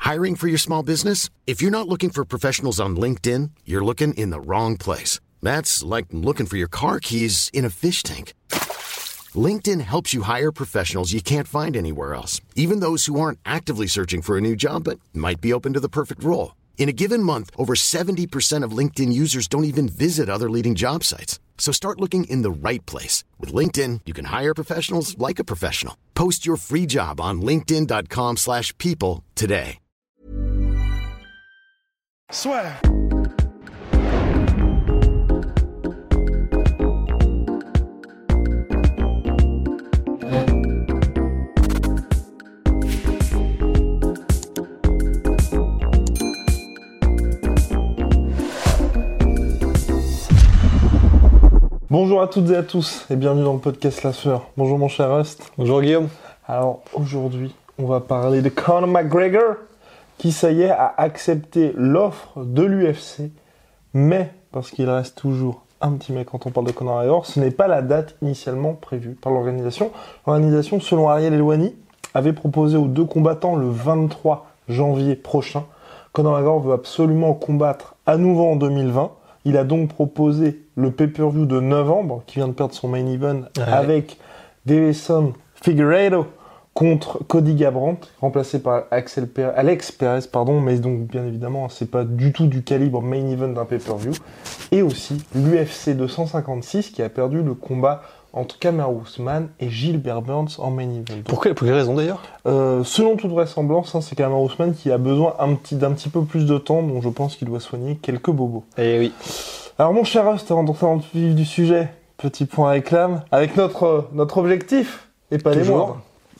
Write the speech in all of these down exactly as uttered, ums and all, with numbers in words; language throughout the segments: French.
Hiring for your small business? If you're not looking for professionals on LinkedIn, you're looking in the wrong place. That's like looking for your car keys in a fish tank. LinkedIn helps you hire professionals you can't find anywhere else, even those who aren't actively searching for a new job but might be open to the perfect role. In a given month, over seventy percent of LinkedIn users don't even visit other leading job sites. So start looking in the right place. With LinkedIn, you can hire professionals like a professional. Post your free job on linkedin.com slash people today. Swear. Bonjour à toutes et à tous et bienvenue dans le podcast La Sueur. Bonjour mon cher Rust. Bonjour Guillaume. Alors aujourd'hui, on va parler de Conor McGregor qui, ça y est, a accepté l'offre de l'U F C, mais parce qu'il reste toujours un petit mais quand on parle de Conor McGregor, ce n'est pas la date initialement prévue par l'organisation. L'organisation, selon Ariel Helwani, avait proposé aux deux combattants le vingt-trois janvier prochain. Conor McGregor veut absolument combattre à nouveau en deux mille vingt. Il a donc proposé le pay-per-view de novembre, qui vient de perdre son main event, ouais. avec Deiveson Figueiredo contre Cody Garbrandt, remplacé par Axel Perez, Alex Perez, pardon, mais donc bien évidemment, c'est pas du tout du calibre main event d'un pay-per-view. Et aussi l'U F C deux cent cinquante-six, qui a perdu le combat entre Kamaru Usman et Gilbert Burns en main event. Pourquoi, pour quelle raison d'ailleurs euh, Selon toute vraisemblance, hein, c'est Kamaru Usman qui a besoin un petit, d'un petit peu plus de temps, donc je pense qu'il doit soigner quelques bobos. Eh oui. Alors mon cher Rust, avant d'entrer dans le vif du sujet, petit point réclame, avec notre, euh, notre objectif, et pas les moindres.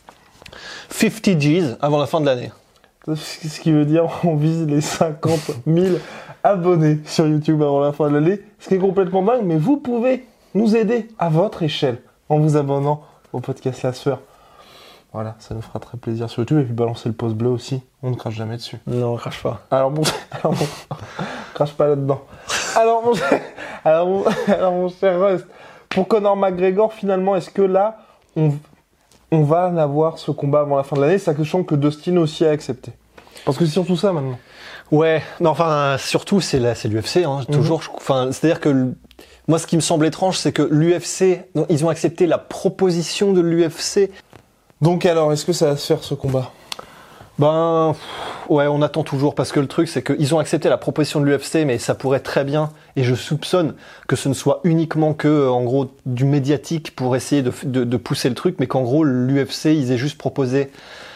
cinquante G's avant la fin de l'année. Ce qui veut dire on vise les cinquante mille abonnés sur YouTube avant la fin de l'année, ce qui est complètement dingue, mais vous pouvez nous aider à votre échelle en vous abonnant au podcast La Sueur. Voilà, ça nous fera très plaisir sur YouTube, et puis balancer le pouce bleu aussi, on ne crache jamais dessus. Non, on crache pas. Alors bon, alors bon crache pas là-dedans. Alors mon, alors, mon, alors mon cher Rust, pour Conor McGregor, finalement, est-ce que là, on, on va en avoir ce combat avant la fin de l'année, sachant que Dustin aussi a accepté? Parce que c'est surtout ça maintenant. Ouais, non, enfin, surtout, c'est, la, c'est l'U F C, hein, mm-hmm. toujours. Enfin, c'est-à-dire que moi, ce qui me semble étrange, c'est que l'U F C, non, ils ont accepté la proposition de l'U F C. Donc alors, est-ce que ça va se faire ce combat? Ben, ouais, on attend toujours, parce que le truc, c'est qu'ils ont accepté la proposition de l'U F C, mais ça pourrait très bien, et je soupçonne que ce ne soit uniquement que, en gros, du médiatique pour essayer de, de, de pousser le truc, mais qu'en gros, l'U F C, ils aient juste proposé,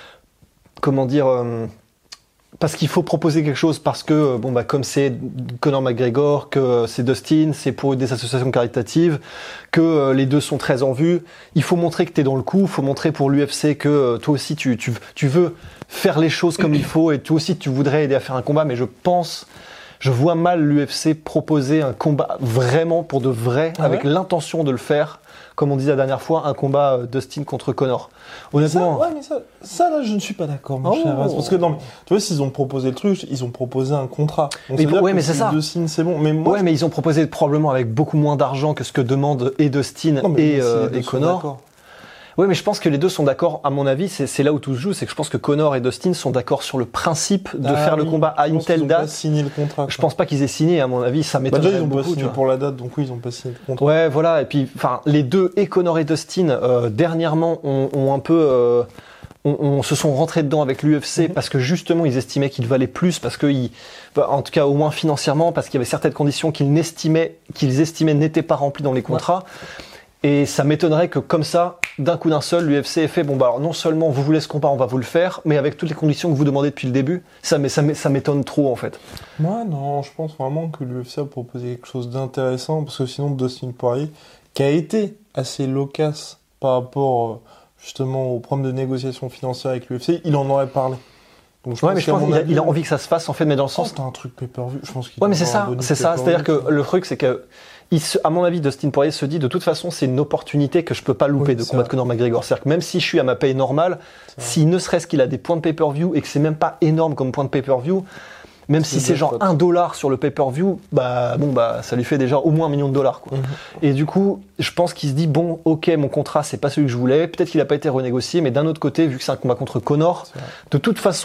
comment dire, euh, parce qu'il faut proposer quelque chose, parce que, bon, bah, comme c'est Conor McGregor, que c'est Dustin, c'est pour des associations caritatives, que euh, les deux sont très en vue, il faut montrer que t'es dans le coup, il faut montrer pour l'U F C que euh, toi aussi, tu, tu, tu veux faire les choses comme il faut, et toi aussi, tu voudrais aider à faire un combat, mais je pense, je vois mal l'U F C proposer un combat vraiment pour de vrai, ah avec ouais l'intention de le faire, comme on disait la dernière fois, un combat euh, Dustin contre Conor. Honnêtement. Ça, ouais, mais ça, ça, là, je ne suis pas d'accord, mon oh, cher Raz. Parce que, non, tu vois, s'ils ont proposé le truc, ils ont proposé un contrat. Donc, mais pour, ouais, mais c'est ça. Dustin, c'est bon. Mais moi, ouais, je... mais ils ont proposé probablement avec beaucoup moins d'argent que ce que demandent et Dustin non, et, euh, et Conor. Oui, mais je pense que les deux sont d'accord, à mon avis, c'est, c'est là où tout se joue, c'est que je pense que Conor et Dustin sont d'accord sur le principe de ah, faire oui, le combat à une telle date. Pas signé le contrat, je pense pas qu'ils aient signé, à mon avis, ça m'étonnerait bah déjà, ils ont beaucoup. Pas signé pour la date, donc oui, ils ont pas signé le contrat. Ouais, voilà, et puis, enfin, les deux, et Conor et Dustin, euh, dernièrement, ont, ont un peu, euh, on, on se sont rentrés dedans avec l'U F C mm-hmm. parce que justement, ils estimaient qu'ils valaient plus, parce que, ils, en tout cas, au moins financièrement, parce qu'il y avait certaines conditions qu'ils n'estimaient, qu'ils estimaient n'étaient pas remplies dans les contrats. Ouais. Et ça m'étonnerait que comme ça, d'un coup d'un seul, l'U F C ait fait, bon bah alors non seulement vous voulez ce combat, on va vous le faire, mais avec toutes les conditions que vous demandez depuis le début, ça, ça, ça m'étonne trop en fait. Moi non, je pense vraiment que l'U F C a proposé quelque chose d'intéressant, parce que sinon Dustin Poirier, qui a été assez loquace par rapport justement au problème de négociation financière avec l'U F C, il en aurait parlé. Donc je ouais, mais je pense qu'il a, il a envie que ça se fasse en fait, mais dans le sens. Oh, t'as un truc pay-per-view, je pense qu'il. Ouais, mais c'est ça, c'est ça. C'est-à-dire que le truc, c'est que, il se, à mon avis, Dustin Poirier se dit de toute façon, c'est une opportunité que je peux pas louper oui, de combattre Conor McGregor. C'est-à-dire que même si je suis à ma paye normale, si ne serait-ce qu'il a des points de pay-per-view et que c'est même pas énorme comme point de pay-per-view, même c'est si c'est genre un dollar sur le pay-per-view, bah bon bah ça lui fait déjà au moins un million de dollars quoi. Mm-hmm. Et du coup, je pense qu'il se dit bon, ok, mon contrat c'est pas celui que je voulais, peut-être qu'il a pas été renégocié, mais d'un autre côté, vu que c'est un combat contre Conor, de toute façon,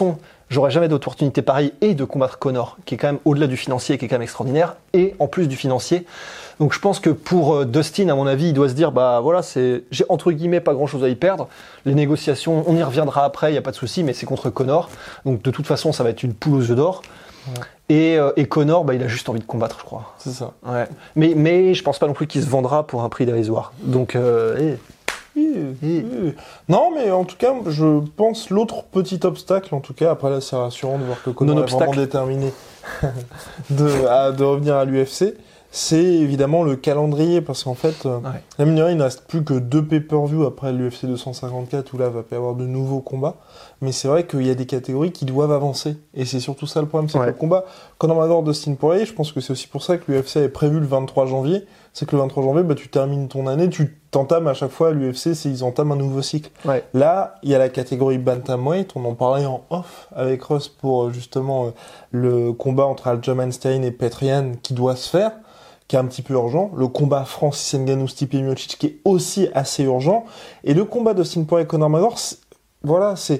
j'aurais jamais d'opportunité pareille et de combattre Conor, qui est quand même au-delà du financier, qui est quand même extraordinaire, et en plus du financier. Donc je pense que pour euh, Dustin, à mon avis, il doit se dire, bah voilà, c'est, j'ai entre guillemets pas grand-chose à y perdre. Les négociations, on y reviendra après, il y a pas de souci, mais c'est contre Conor. Donc de toute façon, ça va être une poule aux œufs d'or. Ouais. Et, euh, et Conor, bah, il a juste envie de combattre, je crois. C'est ça. Ouais. Mais, mais je pense pas non plus qu'il se vendra pour un prix dérisoire. Donc, euh, hey. Oui, oui. Non, mais en tout cas, je pense l'autre petit obstacle, en tout cas, après là, c'est rassurant de voir que Conor est vraiment déterminé de, à, de revenir à l'U F C, c'est évidemment le calendrier, parce qu'en fait, euh, ouais. la mine, il ne reste plus que deux pay-per-view après l'U F C deux cent cinquante-quatre, où là, il va y avoir de nouveaux combats. Mais c'est vrai qu'il y a des catégories qui doivent avancer. Et c'est surtout ça le problème, c'est ouais. que le combat Conor McGregor, Dustin Poirier, je pense que c'est aussi pour ça que l'U F C avait prévu le vingt-trois janvier. C'est que le vingt-trois janvier, bah, tu termines ton année, tu t'entames à chaque fois à l'U F C, c'est ils entament un nouveau cycle. Ouais. Là, il y a la catégorie Bantamweight, on en parlait en off avec Ross pour justement euh, le combat entre Aljamain Sterling et Petr Yan qui doit se faire, qui est un petit peu urgent. Le combat Francis Ngannou, Stipe Miocic qui est aussi assez urgent. Et le combat de Dustin Poirier et Conor McGregor, c'est, voilà, c'est...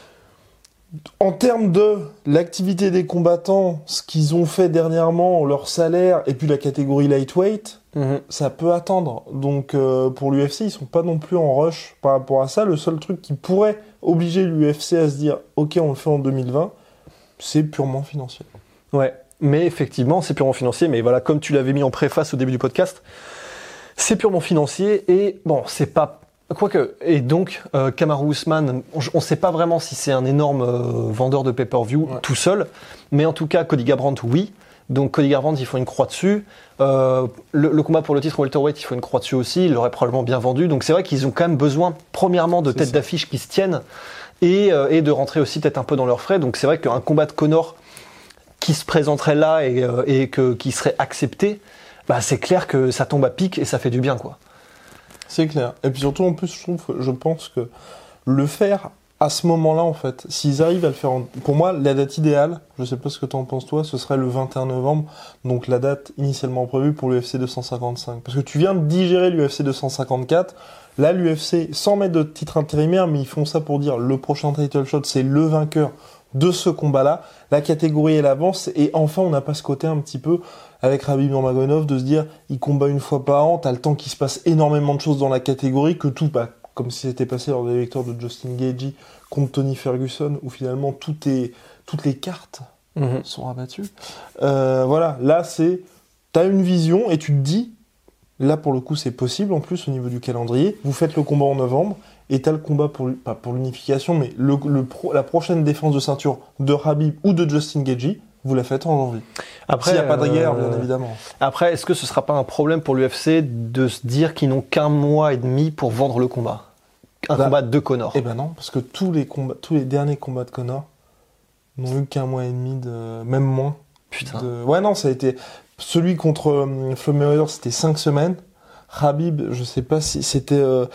En termes de l'activité des combattants, ce qu'ils ont fait dernièrement, leur salaire, et puis la catégorie lightweight, mmh. ça peut attendre. Donc euh, pour l'U F C, ils sont pas non plus en rush par rapport à ça. Le seul truc qui pourrait obliger l'U F C à se dire « Ok, on le fait en deux mille vingt », c'est purement financier. Ouais, mais effectivement, c'est purement financier. Mais voilà, comme tu l'avais mis en préface au début du podcast, c'est purement financier. Et bon, c'est pas... Quoique, et donc, euh, Kamaru Usman, on ne sait pas vraiment si c'est un énorme euh, vendeur de pay-per-view ouais. tout seul, mais en tout cas, Cody Garbrandt, oui. Donc, Cody Garbrandt, il faut une croix dessus. Euh, le, le combat pour le titre welterweight, il faut une croix dessus aussi. Il l'aurait probablement bien vendu. Donc, c'est vrai qu'ils ont quand même besoin, premièrement, de c'est têtes ça. d'affiche qui se tiennent et, euh, et de rentrer aussi peut-être un peu dans leurs frais. Donc, c'est vrai qu'un combat de Conor qui se présenterait là et, euh, et que, qui serait accepté, bah, c'est clair que ça tombe à pic et ça fait du bien, quoi. C'est clair. Et puis surtout, en plus, je trouve, je pense que le faire à ce moment-là, en fait, s'ils arrivent à le faire, en... pour moi, la date idéale, je sais pas ce que t'en penses toi, ce serait le vingt et un novembre, donc la date initialement prévue pour l'U F C deux cent cinquante-cinq. Parce que tu viens de digérer l'U F C deux cent cinquante-quatre, là, l'U F C, sans mettre de titre intérimaire, mais ils font ça pour dire le prochain title shot, c'est le vainqueur de ce combat-là. La catégorie, elle avance, et enfin, on n'a pas ce côté un petit peu avec Khabib Nurmagomedov de se dire il combat une fois par an, t'as le temps qu'il se passe énormément de choses dans la catégorie, que tout, bah, comme si c'était passé lors des victoires de Justin Gaethje contre Tony Ferguson, où finalement tout est, toutes les cartes mmh. sont rabattues. Euh, voilà, là c'est, t'as une vision et tu te dis, là pour le coup c'est possible en plus au niveau du calendrier, vous faites le combat en novembre, et t'as le combat pour, pas pour l'unification, mais le, le pro, la prochaine défense de ceinture de Khabib ou de Justin Gaethje, vous la faites en janvier. Après, s'il n'y a pas de guerre, euh, bien évidemment. Après, est-ce que ce ne sera pas un problème pour l'U F C de se dire qu'ils n'ont qu'un mois et demi pour vendre le combat ? Un bah, combat de Conor ? Eh ben non, parce que tous les, combats, tous les derniers combats de Conor n'ont eu qu'un mois et demi, de, même moins. Putain. De... Ouais, non, ça a été... Celui contre euh, Floyd Mayweather, c'était cinq semaines. Khabib, je sais pas si c'était euh,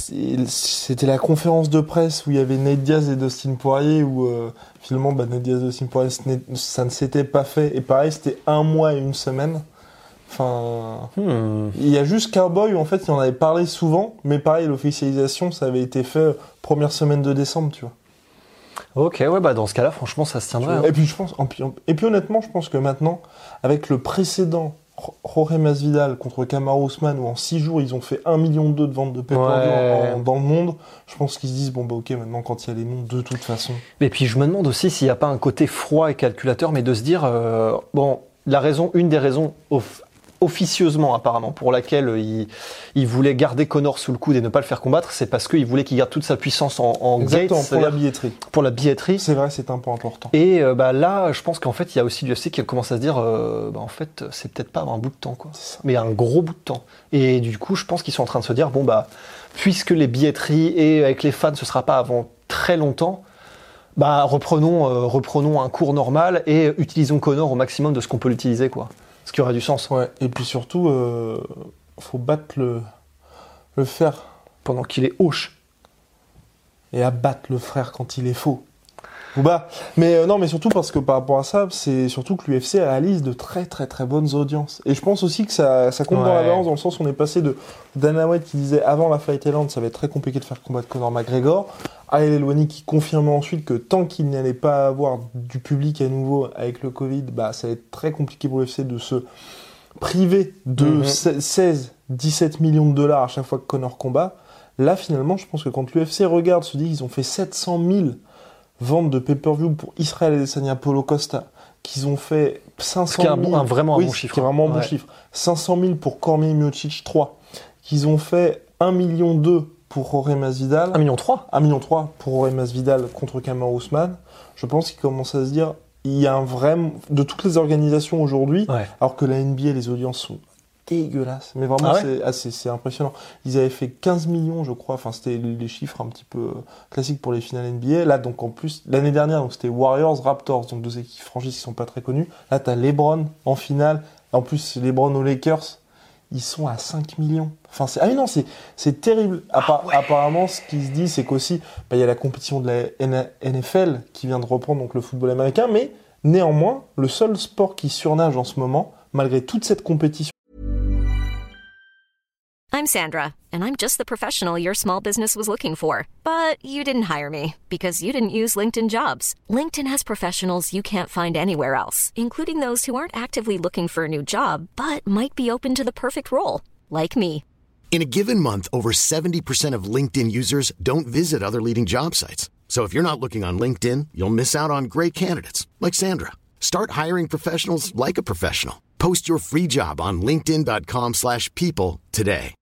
c'était la conférence de presse où il y avait Nate Diaz et Dustin Poirier où euh, finalement bah, Nate Diaz et Dustin Poirier ça ne s'était pas fait et pareil c'était un mois et une semaine. Enfin, hmm. il y a juste Cowboy où en fait il en avait parlé souvent, mais pareil l'officialisation ça avait été fait première semaine de décembre, tu vois. Ok, ouais, bah dans ce cas-là, franchement, ça se tiendrait. Hein. Et puis je pense, et puis honnêtement, je pense que maintenant, avec le précédent Jorge Masvidal contre Kamaru Usman où en six jours ils ont fait un million deux de ventes de pay-per-view ouais. dans le monde, je pense qu'ils se disent bon bah ok maintenant quand il y a les noms de toute façon. Et puis je me demande aussi s'il n'y a pas un côté froid et calculateur, mais de se dire euh, bon la raison, une des raisons off- officieusement apparemment pour laquelle il, il voulait garder Conor sous le coude et ne pas le faire combattre, c'est parce qu'il voulait qu'il garde toute sa puissance en, en Exactement, gate, pour la billetterie. Pour la billetterie. C'est vrai, c'est un point important. Et euh, bah là, je pense qu'en fait, il y a aussi l'U F C qui commence à se dire, euh, bah en fait, c'est peut-être pas un bout de temps, quoi. Mais un gros bout de temps. Et du coup, je pense qu'ils sont en train de se dire, bon bah, puisque les billetteries et avec les fans, ce sera pas avant très longtemps. Bah reprenons, euh, reprenons un cours normal et utilisons Conor au maximum de ce qu'on peut l'utiliser, quoi. Ce qui aurait du sens. Ouais. Et puis surtout, euh, faut battre le, le fer pendant qu'il est hoche. Et abattre le frère quand il est faux. Ou bah. Mais euh, non, mais surtout parce que par rapport à ça, c'est surtout que l'U F C réalise de très très très bonnes audiences. Et je pense aussi que ça, ça compte ouais. dans la balance dans le sens où on est passé de Dana White qui disait avant la Fight Island, ça va être très compliqué de faire combattre Conor McGregor, Ariel Helwani qui confirmait ensuite que tant qu'il n'allait pas avoir du public à nouveau avec le Covid, bah, ça va être très compliqué pour l'U F C de se priver de mm-hmm. seize à dix-sept millions de dollars à chaque fois que Conor combat. Là, finalement, je pense que quand l'U F C regarde, se dit qu'ils ont fait sept cent mille ventes de pay-per-view pour Israel Adesanya, Paulo Costa, qu'ils ont fait cinq cent mille... Ce qui est un, un, vraiment oui, un bon chiffre. Qui est vraiment un ouais. bon chiffre. cinq cent mille pour Cormier Miocic trois, qu'ils ont fait un virgule deux million pour Jorge Masvidal. un virgule trois un virgule trois pour Jorge Masvidal contre Kamaru Usman. Je pense qu'il commence à se dire, il y a un vrai... De toutes les organisations aujourd'hui, ouais. alors que la N B A, les audiences sont dégueulasses. Mais vraiment, ah ouais c'est, ah, c'est, c'est impressionnant. Ils avaient fait quinze millions, je crois. Enfin, c'était les chiffres un petit peu classiques pour les finales N B A. Là, donc, en plus, l'année dernière, donc, c'était Warriors, Raptors, donc deux équipes franchises qui sont pas très connues. Là, t'as LeBron en finale. En plus, LeBron aux Lakers, ils sont à cinq millions. Enfin, c'est, ah oui, non, c'est, c'est terrible. Appar- ah ouais. Apparemment, ce qui se dit, c'est qu'aussi, bah, il y a la compétition de la N F L qui vient de reprendre, donc le football américain. Mais, néanmoins, le seul sport qui surnage en ce moment, malgré toute cette compétition. I'm Sandra, and I'm just the professional your small business was looking for. But you didn't hire me because you didn't use LinkedIn Jobs. LinkedIn has professionals you can't find anywhere else, including those who aren't actively looking for a new job, but might be open to the perfect role, like me. In a given month, over seventy percent of LinkedIn users don't visit other leading job sites. So if you're not looking on LinkedIn, you'll miss out on great candidates like Sandra. Start hiring professionals like a professional. Post your free job on linkedin.com slash people today.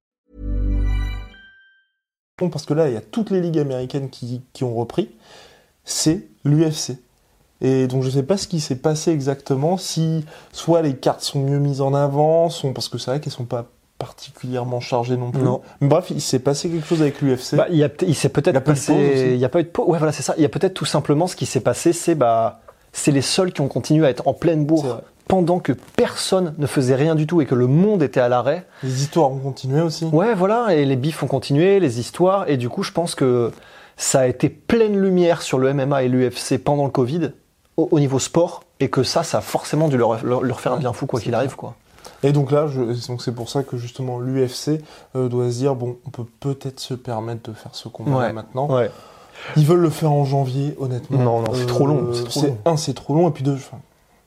Parce que là, il y a toutes les ligues américaines qui, qui ont repris, c'est l'U F C. Et donc, je ne sais pas ce qui s'est passé exactement, si soit les cartes sont mieux mises en avant, sont, parce que c'est vrai qu'elles ne sont pas particulièrement chargées non plus. Non. Mais bref, il s'est passé quelque chose avec l'U F C. Bah, il, y a, il s'est peut-être il y a passé... Il n'y a pas eu de pause. Ouais, voilà, c'est ça. Il y a peut-être tout simplement ce qui s'est passé, c'est, bah, c'est les seuls qui ont continué à être en pleine bourre pendant que personne ne faisait rien du tout et que le monde était à l'arrêt. Les histoires ont continué aussi. Ouais, voilà, et les bifs ont continué, les histoires, et du coup, je pense que ça a été pleine lumière sur le M M A et l'U F C pendant le Covid, au, au niveau sport, et que ça, ça a forcément dû leur, leur, leur faire un bien fou, quoi qu'il arrive, quoi. Et donc là, je, donc c'est pour ça que justement l'U F C euh, doit se dire, bon, on peut peut-être se permettre de faire ce combat ouais. maintenant. Ouais. Ils veulent le faire en janvier, honnêtement. Non, non, c'est euh, trop long. C'est trop c'est, long. Un, c'est trop long, et puis deux, enfin,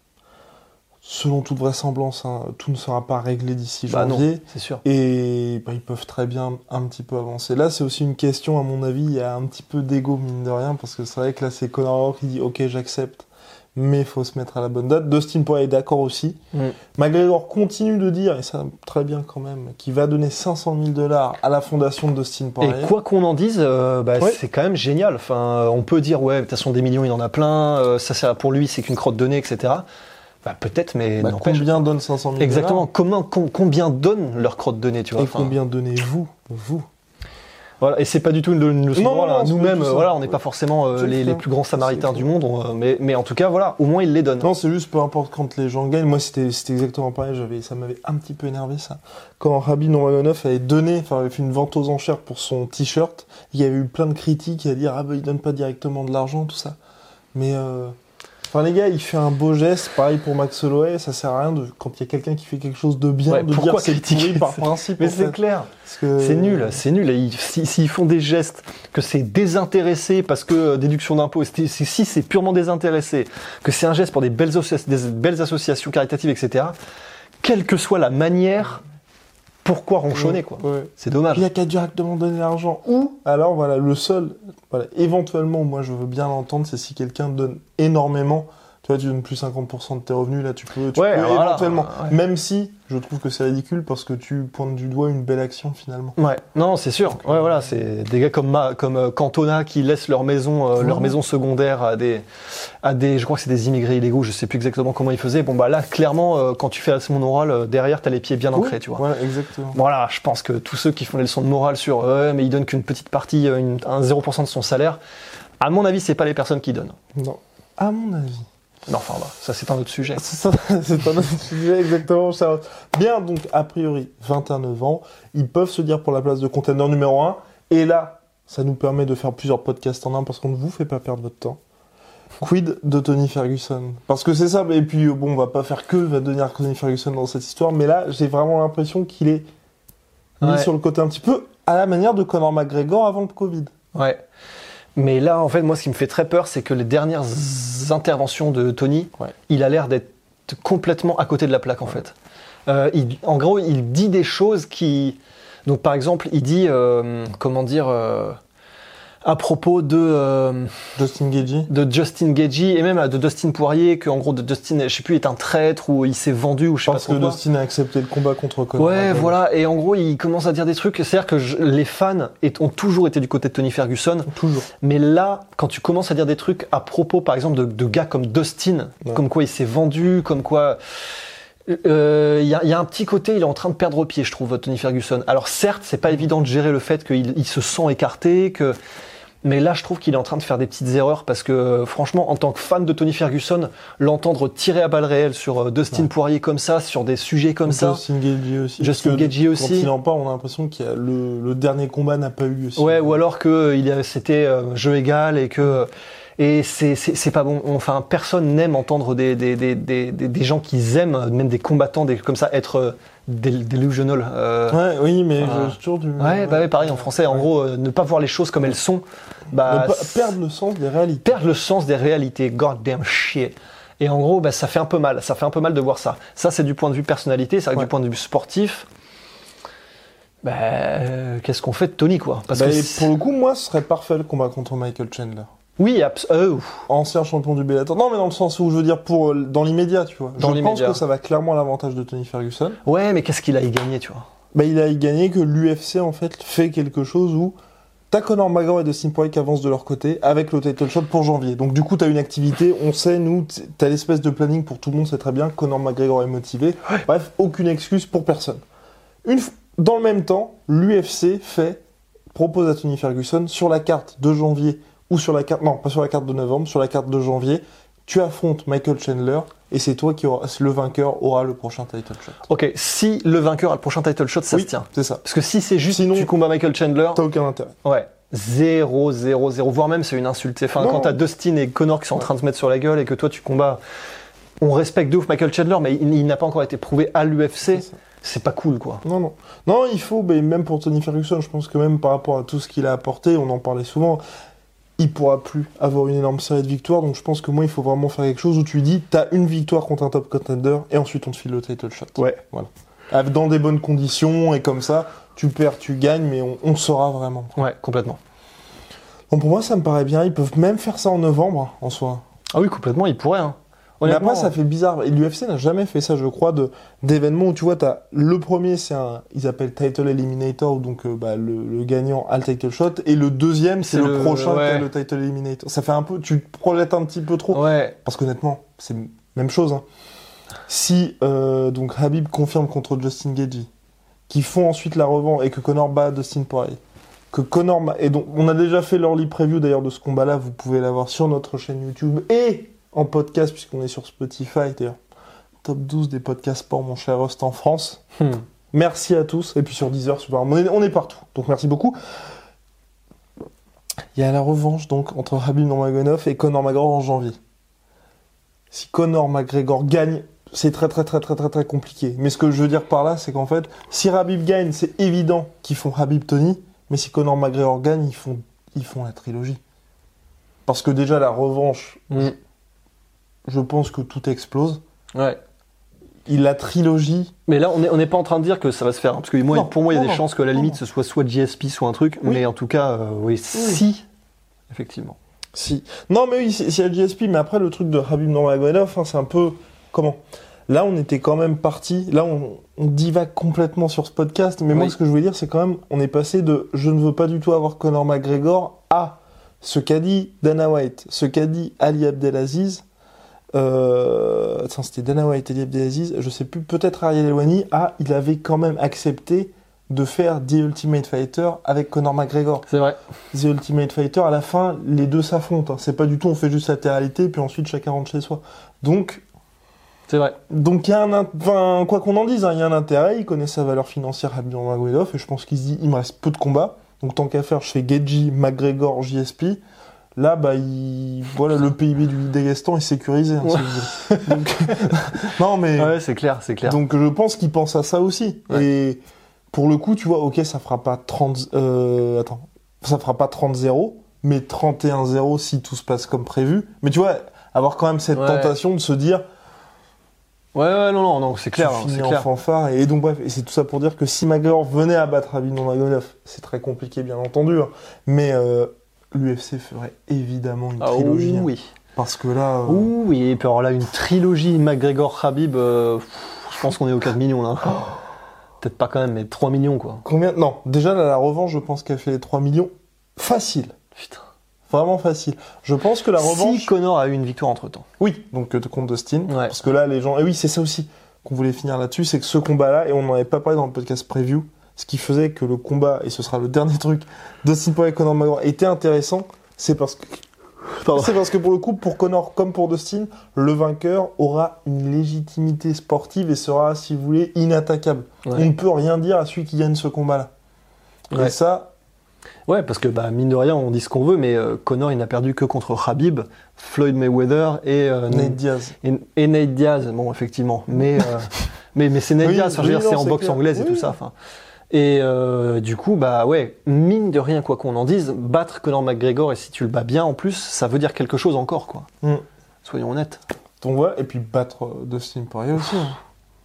selon toute vraisemblance, hein, tout ne sera pas réglé d'ici bah janvier. Non, c'est sûr. Et bah, ils peuvent très bien un petit peu avancer. Là, c'est aussi une question, à mon avis, il y a un petit peu d'ego, mine de rien, parce que c'est vrai que là, c'est Conor qui dit « Ok, j'accepte ». Mais il faut se mettre à la bonne date. Dustin Poirier est d'accord aussi. Mm. McGregor continue de dire, et ça très bien quand même, qu'il va donner cinq cent mille dollars à la fondation de Dustin Poirier. Et quoi qu'on en dise, euh, bah, ouais. c'est quand même génial. Enfin, on peut dire, ouais, de toute façon, des millions, il en a plein. Euh, ça, ça, pour lui, c'est qu'une crotte de nez, et cetera. Bah, peut-être, mais bah, combien donne cinq cent mille dollars ? Exactement. Comment, com- combien donnent leur crotte de nez, tu vois ? Et combien donnez-vous, vous ? Voilà, et c'est pas du tout une, une leçon de morale. Hein. Nous-mêmes, euh, voilà, on n'est ouais. pas forcément euh, les, les plus grands samaritains du monde, on, mais, mais en tout cas, voilà, au moins ils les donnent. Non, c'est juste peu importe quand les gens gagnent. Moi, c'était, c'était exactement pareil. J'avais, ça m'avait un petit peu énervé ça. Quand Khabib Nurmagomedov avait donné, enfin, avait fait une vente aux enchères pour son t-shirt, il y avait eu plein de critiques à dire ah ben il donne pas directement de l'argent, tout ça. Mais euh... Enfin, les gars, il fait un beau geste, pareil pour Max Holloway, ça sert à rien de, quand il y a quelqu'un qui fait quelque chose de bien, ouais, de dire que c'est pourri par principe. Mais c'est fait. clair. Que... C'est nul, c'est nul. Et ils, s'ils si font des gestes, que c'est désintéressé parce que euh, déduction d'impôts, si, si c'est purement désintéressé, que c'est un geste pour des belles, associ- des belles associations caritatives, et cetera, quelle que soit la manière, pourquoi ronchonner, quoi. Ouais. C'est dommage. Il n'y a qu'à directement donner l'argent. Ou, alors, voilà, le seul, voilà, éventuellement, moi, je veux bien l'entendre, c'est si quelqu'un donne énormément, tu vois, tu donnes plus cinquante pour cent de tes revenus, là, tu peux, tu ouais, peux voilà, éventuellement. Ouais. Même si, je trouve que c'est ridicule parce que tu pointes du doigt une belle action, finalement. Ouais, non, c'est sûr. Ouais, voilà, c'est des gars comme ma, comme euh, Cantona qui laissent leur maison, euh, mmh. leur maison secondaire à des, à des, je crois que c'est des immigrés illégaux. Je sais plus exactement comment ils faisaient. Bon bah là, clairement, euh, quand tu fais la leçon de morale, euh, derrière t'as les pieds bien ancrés, oui, tu vois. Ouais, exactement. Voilà, je pense que tous ceux qui font les leçons de morale sur, euh, mais ils donnent qu'une petite partie, une, un zéro pour cent de son salaire. À mon avis, c'est pas les personnes qui donnent. Non, à mon avis. Non, enfin, bah, ça c'est un autre sujet. C'est, ça, c'est un autre sujet, exactement. Ça. Bien, donc, a priori, vingt et neuf ans, ils peuvent se dire pour la place de contender numéro un. Et là, ça nous permet de faire plusieurs podcasts en un parce qu'on ne vous fait pas perdre votre temps. Quid de Tony Ferguson ? Parce que c'est ça, et puis bon, on va pas faire que va devenir Tony Ferguson dans cette histoire, mais là, j'ai vraiment l'impression qu'il est mis ouais. sur le côté un petit peu à la manière de Conor McGregor avant le Covid. Ouais. Mais là, en fait, moi, ce qui me fait très peur, c'est que les dernières interventions de Tony, ouais. il a l'air d'être complètement à côté de la plaque, en ouais. fait. Euh, il, en gros, il dit des choses qui... Donc, par exemple, il dit, euh, comment dire... Euh, à propos de euh, Justin Gaethje, de Justin Gaethje et même de Dustin Poirier, que en gros de Dustin, je sais plus, est un traître ou il s'est vendu ou je sais parce pas trop. Parce que Dustin a accepté le combat contre Conor. Ouais, McGregor. Voilà. Et en gros, il commence à dire des trucs. C'est-à-dire que je, les fans ont toujours été du côté de Tony Ferguson. Toujours. Mais là, quand tu commences à dire des trucs à propos, par exemple, de, de gars comme Dustin, ouais. comme quoi il s'est vendu, comme quoi. Il euh, y, y a un petit côté, il est en train de perdre pied, je trouve, Tony Ferguson. Alors certes, c'est pas évident de gérer le fait qu'il il se sent écarté, que. Mais là, je trouve qu'il est en train de faire des petites erreurs parce que, franchement, en tant que fan de Tony Ferguson, l'entendre tirer à balles réelles sur Dustin ouais. Poirier comme ça, sur des sujets comme Justin ça. Justin Gaethje aussi. Justin Gaethje aussi. Quand il en parle, on a l'impression que le, le dernier combat n'a pas eu lieu. Ouais, ou alors que il a, c'était euh, jeu égal et que. Et c'est, c'est, c'est pas bon. Enfin, personne n'aime entendre des, des, des, des, des gens qu'ils aiment, même des combattants, des, comme ça, être delusional. Euh, ouais, oui, mais euh, j'ai toujours du. Ouais, ouais, bah ouais, pareil en français. En ouais. gros, euh, ne pas voir les choses comme elles sont. Bah, perdre le sens des réalités. Perdre le sens des réalités. Goddamn shit. Et en gros, bah, ça fait un peu mal. Ça fait un peu mal de voir ça. Ça, c'est du point de vue personnalité. C'est vrai que ouais. du point de vue sportif. Bah, euh, qu'est-ce qu'on fait de Tony, quoi? Parce bah, que pour le coup, moi, ce serait parfait le combat contre Michael Chandler. Oui, abs- euh, ancien champion du Bellator. Non, mais dans le sens où je veux dire pour dans l'immédiat, tu vois. Dans je l'immédiat. pense que ça va clairement à l'avantage de Tony Ferguson. Ouais, mais qu'est-ce qu'il a y gagné, tu vois? Bah, il a y gagné que l'U F C en fait fait quelque chose où t'as Conor McGregor et Dustin Poirier qui avancent de leur côté avec le title shot pour janvier. Donc du coup, t'as une activité. On sait, nous, t'as l'espèce de planning pour tout le monde, c'est très bien. Conor McGregor est motivé. Ouais. Bref, aucune excuse pour personne. Une f... Dans le même temps, l'U F C fait propose à Tony Ferguson sur la carte de janvier. Ou sur la carte, non, pas sur la carte de novembre, sur la carte de janvier, tu affrontes Michael Chandler et c'est toi qui aura, le vainqueur aura le prochain title shot. Ok, si le vainqueur a le prochain title shot, ça oui, se tient. C'est ça. Parce que si c'est juste Sinon, tu combats Michael Chandler, t'as aucun intérêt. Ouais, zéro, zéro, zéro, voire même c'est une insulte. Enfin, non. Quand t'as Dustin et Conor qui sont ouais. en train de se mettre sur la gueule et que toi tu combats, on respecte de ouf Michael Chandler, mais il, il n'a pas encore été prouvé à l'U F C. C'est, c'est pas cool, quoi. Non, non. Non, il faut, mais même pour Tony Ferguson, je pense que même par rapport à tout ce qu'il a apporté, on en parlait souvent. Il pourra plus avoir une énorme série de victoires, donc je pense que moi il faut vraiment faire quelque chose où tu dis t'as une victoire contre un top contender et ensuite on te file le title shot. Ouais. Voilà. Dans des bonnes conditions et comme ça, tu perds, tu gagnes, mais on, on saura vraiment. Ouais, complètement. Donc pour moi ça me paraît bien, ils peuvent même faire ça en novembre en soi. Ah oui, complètement, ils pourraient. Hein. Mais après ça fait bizarre, et l'U F C n'a jamais fait ça je crois, de, d'événements où tu vois, t'as, le premier c'est un, ils appellent Title Eliminator, donc euh, bah, le, le gagnant a le title shot, et le deuxième c'est, c'est le, le prochain ouais. qui a le Title Eliminator. Ça fait un peu, tu te projettes un petit peu trop, ouais. parce qu'honnêtement, c'est même chose. Hein. Si euh, donc Khabib confirme contre Justin Gaethje, qui font ensuite la revanche, et que Conor bat Dustin Poirier, que Conor, ma... et donc on a déjà fait l'early preview d'ailleurs de ce combat-là, vous pouvez l'avoir sur notre chaîne YouTube, et en podcast, puisqu'on est sur Spotify, d'ailleurs. Top douze des podcasts sport, mon cher Rust, en France. Hmm. Merci à tous. Et puis sur Deezer, super. On est, on est partout. Donc merci beaucoup. Il y a la revanche, donc, entre Khabib Nurmagomedov et Conor McGregor en janvier. Si Conor McGregor gagne, c'est très, très, très, très, très, très compliqué. Mais ce que je veux dire par là, c'est qu'en fait, si Khabib gagne, c'est évident qu'ils font Khabib-Tony. Mais si Conor McGregor gagne, ils font, ils font la trilogie. Parce que déjà, la revanche... Hmm. Je pense que tout explose. Ouais. Il la trilogie. Mais là, on n'est on est pas en train de dire que ça va se faire. Hein, parce que moi, non, pour moi, il y a non, des chances qu'à la limite, non. ce soit soit G S P, soit un truc. Oui. Mais en tout cas, euh, oui, oui, si. Effectivement. Si. Non, mais oui, s'il y a le G S P, mais après, le truc de Khabib Nurmagomedov, hein, c'est un peu... Comment ? Là, on était quand même parti. Là, on, on divague complètement sur ce podcast. Mais oui. Moi, ce que je voulais dire, c'est quand même, on est passé de je ne veux pas du tout avoir Conor McGregor à ce qu'a dit Dana White, ce qu'a dit Ali Abdelaziz. Euh, attends, c'était Dana White, Ali Abdelaziz, je sais plus, peut-être Ariel Helwani. Ah, il avait quand même accepté de faire The Ultimate Fighter avec Conor McGregor. C'est vrai. The Ultimate Fighter, à la fin, les deux s'affrontent. Hein. C'est pas du tout, on fait juste latéralité, puis ensuite chacun rentre chez soi. Donc, c'est vrai. Donc il y a un, enfin, quoi qu'on en dise, il hein, y a un intérêt. Il connaît sa valeur financière, Khabib Nurmagomedov, et je pense qu'il se dit, il me reste peu de combats. Donc tant qu'à faire, je fais Gaethje, McGregor, J S P. Là, bah, il... voilà, le P I B du Daghestan est sécurisé. Hein, ouais. Donc... non, mais... Ouais, c'est clair, c'est clair. Donc, je pense qu'il pense à ça aussi. Ouais. Et pour le coup, tu vois, ok, ça fera pas trente... Euh... Attends. Ça fera pas trente zéro, mais trente et un zéro si tout se passe comme prévu. Mais tu vois, avoir quand même cette Ouais. tentation de se dire, Ouais, ouais, non, non, non, c'est clair. tu hein, finis c'est en clair. fanfare. Et donc bref, et c'est tout ça pour dire que si McGregor venait à battre Khabib Nurmagomedov, c'est très compliqué bien entendu, hein, mais euh, l'U F C ferait évidemment une Ah, trilogie. hein, oui. parce que là, euh, Ouh, oui, et puis alors là, une trilogie McGregor-Khabib, euh, pff, je pense qu'on est aux quatre millions là. Peut-être pas quand même, mais trois millions quoi. combien... Non, déjà là, la revanche, je pense qu'elle fait les trois millions. Facile. Putain. Vraiment facile. Je pense que la revanche... Si Conor a eu une victoire entre temps. Oui, donc euh, contre Dustin. Ouais. Parce que là, les gens... Et oui, c'est ça aussi qu'on voulait finir là-dessus, c'est que ce combat-là, et on n'en avait pas parlé dans le podcast preview, ce qui faisait que le combat, et ce sera le dernier truc, Dustin Poirier et Conor McGregor était intéressant, c'est parce que... Pardon. C'est parce que pour le coup, pour Conor comme pour Dustin, le vainqueur aura une légitimité sportive et sera, si vous voulez, inattaquable. Ouais. On ne peut rien dire à celui qui gagne ce combat-là. Ouais. Et ça, Ouais, parce que bah, mine de rien, on dit ce qu'on veut, mais euh, Conor, il n'a perdu que contre Khabib, Floyd Mayweather et, euh, Nate Diaz. et, et Nate Diaz. Bon, effectivement, mais euh, mais, mais c'est Nate Oui, Diaz. Enfin, je veux oui, dire, c'est non, en c'est boxe clair. anglaise et Oui, tout oui. ça. Enfin, et euh, du coup, bah ouais, mine de rien, quoi qu'on en dise, battre Conor McGregor et si tu le bats bien en plus, ça veut dire quelque chose encore, quoi. Mm. Soyons honnêtes. Donc voilà, et puis battre euh, Dustin Poirier aussi. hein.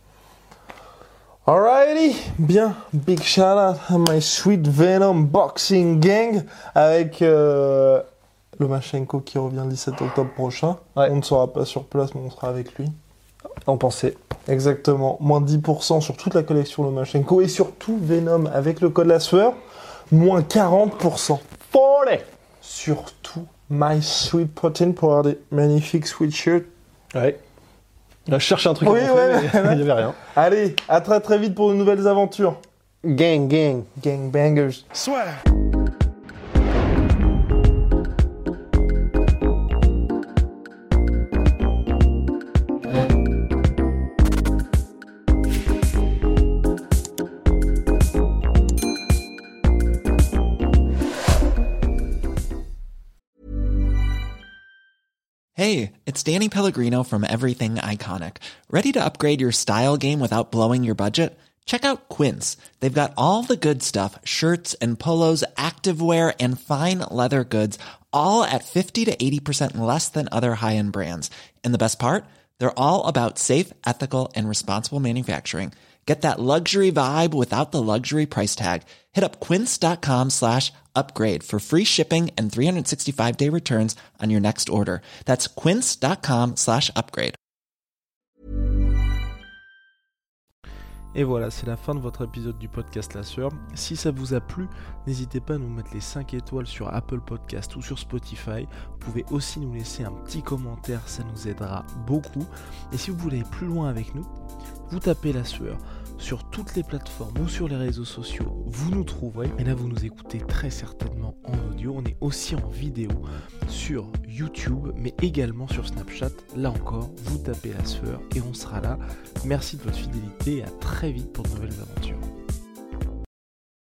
Alrighty, bien, big shout out à my sweet Venom Boxing Gang avec euh, Lomachenko qui revient le dix-sept octobre prochain. Ouais. On ne sera pas sur place, mais on sera avec lui. En pensée. Exactement, moins dix pour cent sur toute la collection Lomachenko et surtout Venom avec le code la sueur, moins quarante pour cent. Follet. Surtout My Sweet Protein pour avoir des magnifiques sweatshirts. Ouais. Là, je cherchais un truc Oui, à montrer, ouais, mais ouais. il n'y avait rien. Allez, à très très vite pour de nouvelles aventures. Gang, gang. Gangbangers. Hey, it's Danny Pellegrino from Everything Iconic. Ready to upgrade your style game without blowing your budget? Check out Quince. They've got all the good stuff, shirts and polos, activewear, and fine leather goods, all at fifty to eighty percent less than other high-end brands. And the best part? They're all about safe, ethical, and responsible manufacturing. Get that luxury vibe without the luxury price tag. Hit up quince.com slash upgrade for free shipping and three sixty-five day returns on your next order. That's quince.com slash upgrade. Et voilà, c'est la fin de votre épisode du podcast La Sueur. Si ça vous a plu, n'hésitez pas à nous mettre les cinq étoiles sur Apple Podcast ou sur Spotify. Vous pouvez aussi nous laisser un petit commentaire, ça nous aidera beaucoup. Et si vous voulez aller plus loin avec nous, vous tapez La Sueur sur toutes les plateformes ou sur les réseaux sociaux, vous nous trouverez. Et là, vous nous écoutez très certainement en audio. On est aussi en vidéo sur YouTube, mais également sur Snapchat. Là encore, vous tapez La Sueur et on sera là. Merci de votre fidélité et à très vite pour de nouvelles aventures.